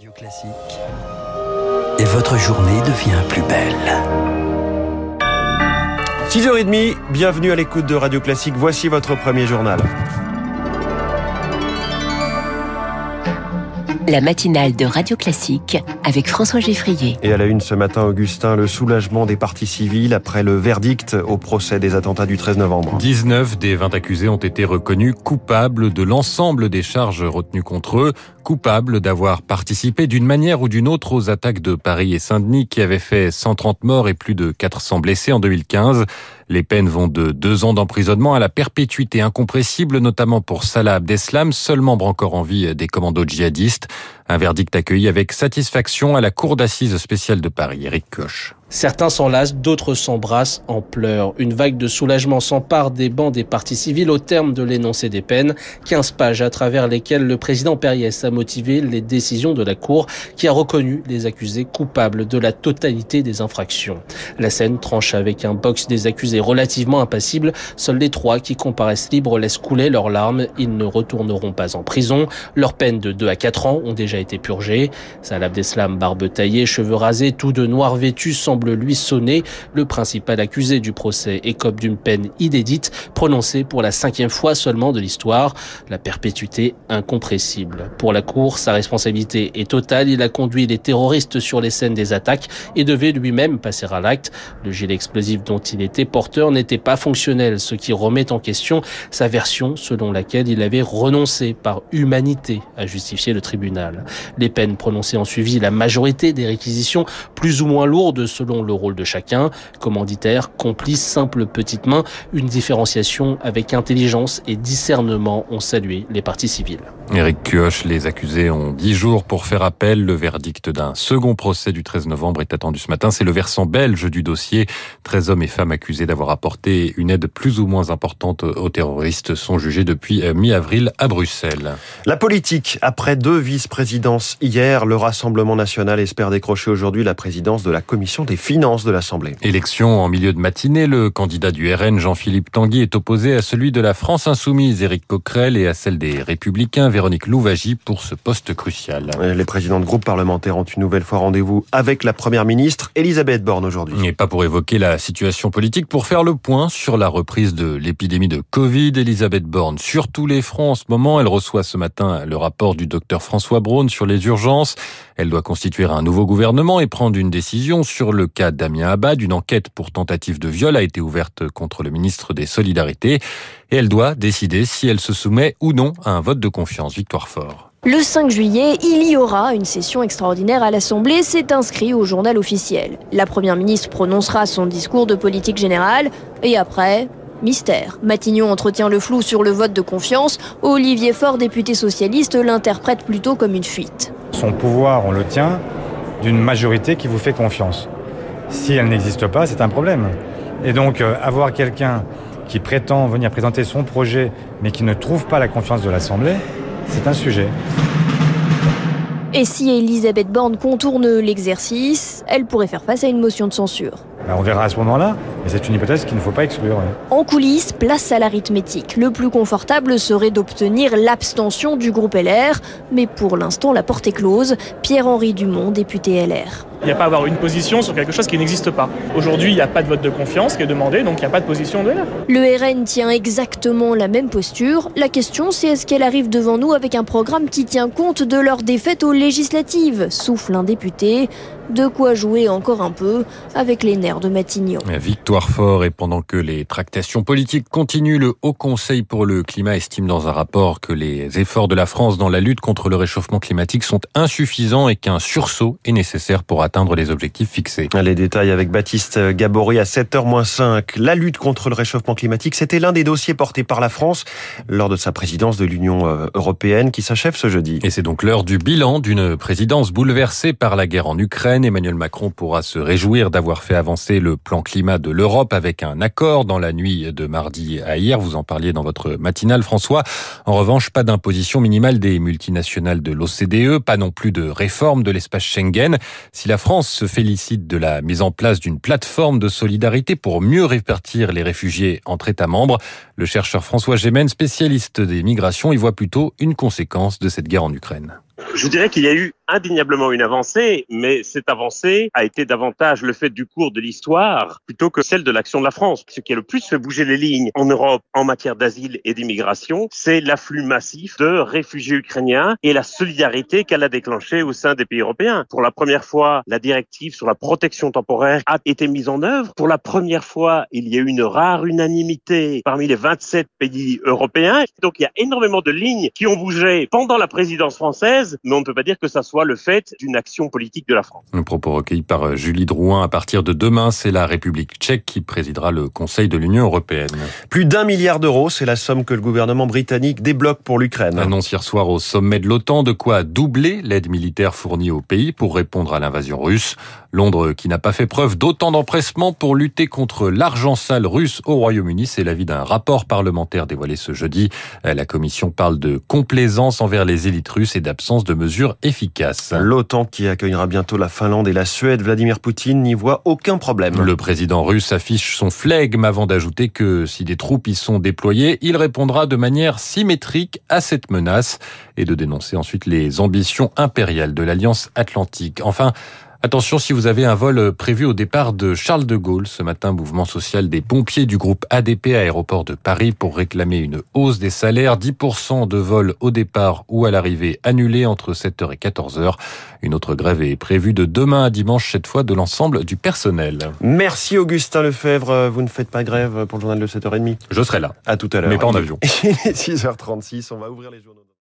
Radio Classique. Et votre journée devient plus belle. 6h30, bienvenue à l'écoute de Radio Classique. Voici votre premier journal. La matinale de Radio Classique avec François Geffrier. Et à la une ce matin, Augustin, le soulagement des parties civiles après le verdict au procès des attentats du 13 novembre. 19 des 20 accusés ont été reconnus coupables de l'ensemble des charges retenues contre eux, coupables d'avoir participé d'une manière ou d'une autre aux attaques de Paris et Saint-Denis qui avaient fait 130 morts et plus de 400 blessés en 2015. Les peines vont de 2 ans d'emprisonnement à la perpétuité incompressible, notamment pour Salah Abdeslam, seul membre encore en vie des commandos djihadistes. Un verdict accueilli avec satisfaction à la Cour d'assises spéciale de Paris. Éric Kioch. Certains s'enlacent, d'autres s'embrassent en pleurs. Une vague de soulagement s'empare des bancs des parties civiles au terme de l'énoncé des peines. 15 pages à travers lesquelles le président Périès a motivé les décisions de la Cour qui a reconnu les accusés coupables de la totalité des infractions. La scène tranche avec un box des accusés relativement impassibles. Seuls les 3 qui comparaissent libres laissent couler leurs larmes. Ils ne retourneront pas en prison. Leurs peines de 2 à 4 ans ont déjà été purgées. Salah Abdeslam, barbe taillée, cheveux rasés, tout de noir vêtu, semble lui sonner. Le principal accusé du procès écope d'une peine inédite, prononcée pour la 5e fois seulement de l'histoire, la perpétuité incompressible. Pour la Cour, sa responsabilité est totale. Il a conduit les terroristes sur les scènes des attaques et devait lui-même passer à l'acte. Le gilet explosif dont il était porteur n'était pas fonctionnel, ce qui remet en question sa version selon laquelle il avait renoncé par humanité à justifier le tribunal. Les peines prononcées ont suivi la majorité des réquisitions, plus ou moins lourdes selon le rôle de chacun. Commanditaire, complice, simple petite main, une différenciation avec intelligence et discernement ont salué les parties civiles. Éric Kioch, les accusés ont 10 jours pour faire appel. Le verdict d'un second procès du 13 novembre est attendu ce matin. C'est le versant belge du dossier. 13 hommes et femmes accusés d'avoir apporté une aide plus ou moins importante aux terroristes sont jugés depuis mi-avril à Bruxelles. La politique, après 2 vice-présidences hier, le Rassemblement national espère décrocher aujourd'hui la présidence de la commission des finances de l'Assemblée. Élection en milieu de matinée, le candidat du RN, Jean-Philippe Tanguy, est opposé à celui de la France Insoumise, Éric Coquerel, et à celle des Républicains, Véronique Louwagie, pour ce poste crucial. Les présidents de groupes parlementaires ont une nouvelle fois rendez-vous avec la première ministre, Elisabeth Borne, aujourd'hui. Et pas pour évoquer la situation politique, pour faire le point sur la reprise de l'épidémie de Covid. Elisabeth Borne, sur tous les fronts en ce moment, elle reçoit ce matin le rapport du docteur François Braun sur les urgences. Elle doit constituer un nouveau gouvernement et prendre une décision sur le cas Damien Abad. Une enquête pour tentative de viol a été ouverte contre le ministre des Solidarités. Et elle doit décider si elle se soumet ou non à un vote de confiance. Victoire Fort. Le 5 juillet, il y aura une session extraordinaire à l'Assemblée, c'est inscrit au journal officiel. La première ministre prononcera son discours de politique générale et après, mystère. Matignon entretient le flou sur le vote de confiance. Olivier Faure, député socialiste, l'interprète plutôt comme une fuite. Son pouvoir, on le tient d'une majorité qui vous fait confiance. Si elle n'existe pas, c'est un problème. Et donc, avoir quelqu'un qui prétend venir présenter son projet, mais qui ne trouve pas la confiance de l'Assemblée, c'est un sujet. Et si Elisabeth Borne contourne l'exercice, elle pourrait faire face à une motion de censure. On verra à ce moment-là, mais c'est une hypothèse qu'il ne faut pas exclure. En coulisses, place à l'arithmétique. Le plus confortable serait d'obtenir l'abstention du groupe LR, mais pour l'instant, la porte est close. Pierre-Henri Dumont, député LR. Il n'y a pas à avoir une position sur quelque chose qui n'existe pas. Aujourd'hui, il n'y a pas de vote de confiance qui est demandé, donc il n'y a pas de position de LR. Le RN tient exactement la même posture. La question, c'est est-ce qu'elle arrive devant nous avec un programme qui tient compte de leur défaite aux législatives, souffle un député. De quoi jouer encore un peu avec les nerfs de Matignon. Victoire Fort, et pendant que les tractations politiques continuent, le Haut Conseil pour le climat estime dans un rapport que les efforts de la France dans la lutte contre le réchauffement climatique sont insuffisants et qu'un sursaut est nécessaire pour atteindre les objectifs fixés. Les détails avec Baptiste Gabory à 7h-5. La lutte contre le réchauffement climatique, c'était l'un des dossiers portés par la France lors de sa présidence de l'Union européenne qui s'achève ce jeudi. Et c'est donc l'heure du bilan d'une présidence bouleversée par la guerre en Ukraine. Emmanuel Macron pourra se réjouir d'avoir fait avancer le plan climat de l'Europe avec un accord dans la nuit de mardi à hier. Vous en parliez dans votre matinale, François. En revanche, pas d'imposition minimale des multinationales de l'OCDE, pas non plus de réforme de l'espace Schengen. Si la France se félicite de la mise en place d'une plateforme de solidarité pour mieux répartir les réfugiés entre États membres, le chercheur François Gémen, spécialiste des migrations, y voit plutôt une conséquence de cette guerre en Ukraine. Je dirais qu'il y a eu indéniablement une avancée, mais cette avancée a été davantage le fait du cours de l'histoire plutôt que celle de l'action de la France. Ce qui a le plus fait bouger les lignes en Europe en matière d'asile et d'immigration, c'est l'afflux massif de réfugiés ukrainiens et la solidarité qu'elle a déclenchée au sein des pays européens. Pour la première fois, la directive sur la protection temporaire a été mise en œuvre. Pour la première fois, il y a eu une rare unanimité parmi les 27 pays européens. Donc il y a énormément de lignes qui ont bougé pendant la présidence française, mais on ne peut pas dire que ça soit le fait d'une action politique de la France. Un propos recueilli par Julie Drouin. À partir de demain, c'est la République tchèque qui présidera le Conseil de l'Union européenne. Plus d'1 milliard d'euros, c'est la somme que le gouvernement britannique débloque pour l'Ukraine. Annonce hier soir au sommet de l'OTAN, de quoi doubler l'aide militaire fournie au pays pour répondre à l'invasion russe. Londres, qui n'a pas fait preuve d'autant d'empressement pour lutter contre l'argent sale russe au Royaume-Uni, c'est l'avis d'un rapport parlementaire dévoilé ce jeudi. La Commission parle de complaisance envers les élites russes et d'absence de mesures efficaces. L'OTAN qui accueillera bientôt la Finlande et la Suède, Vladimir Poutine n'y voit aucun problème. Le président russe affiche son flegme avant d'ajouter que si des troupes y sont déployées, il répondra de manière symétrique à cette menace et de dénoncer ensuite les ambitions impériales de l'Alliance Atlantique. Enfin, attention si vous avez un vol prévu au départ de Charles de Gaulle. Ce matin, mouvement social des pompiers du groupe ADP à Aéroport de Paris pour réclamer une hausse des salaires. 10% de vols au départ ou à l'arrivée annulés entre 7h et 14h. Une autre grève est prévue de demain à dimanche, cette fois de l'ensemble du personnel. Merci Augustin Lefebvre. Vous ne faites pas grève pour le journal de 7h30 ? Je serai là. À tout à l'heure. Mais pas en avion. Il est 6h36, on va ouvrir les journaux.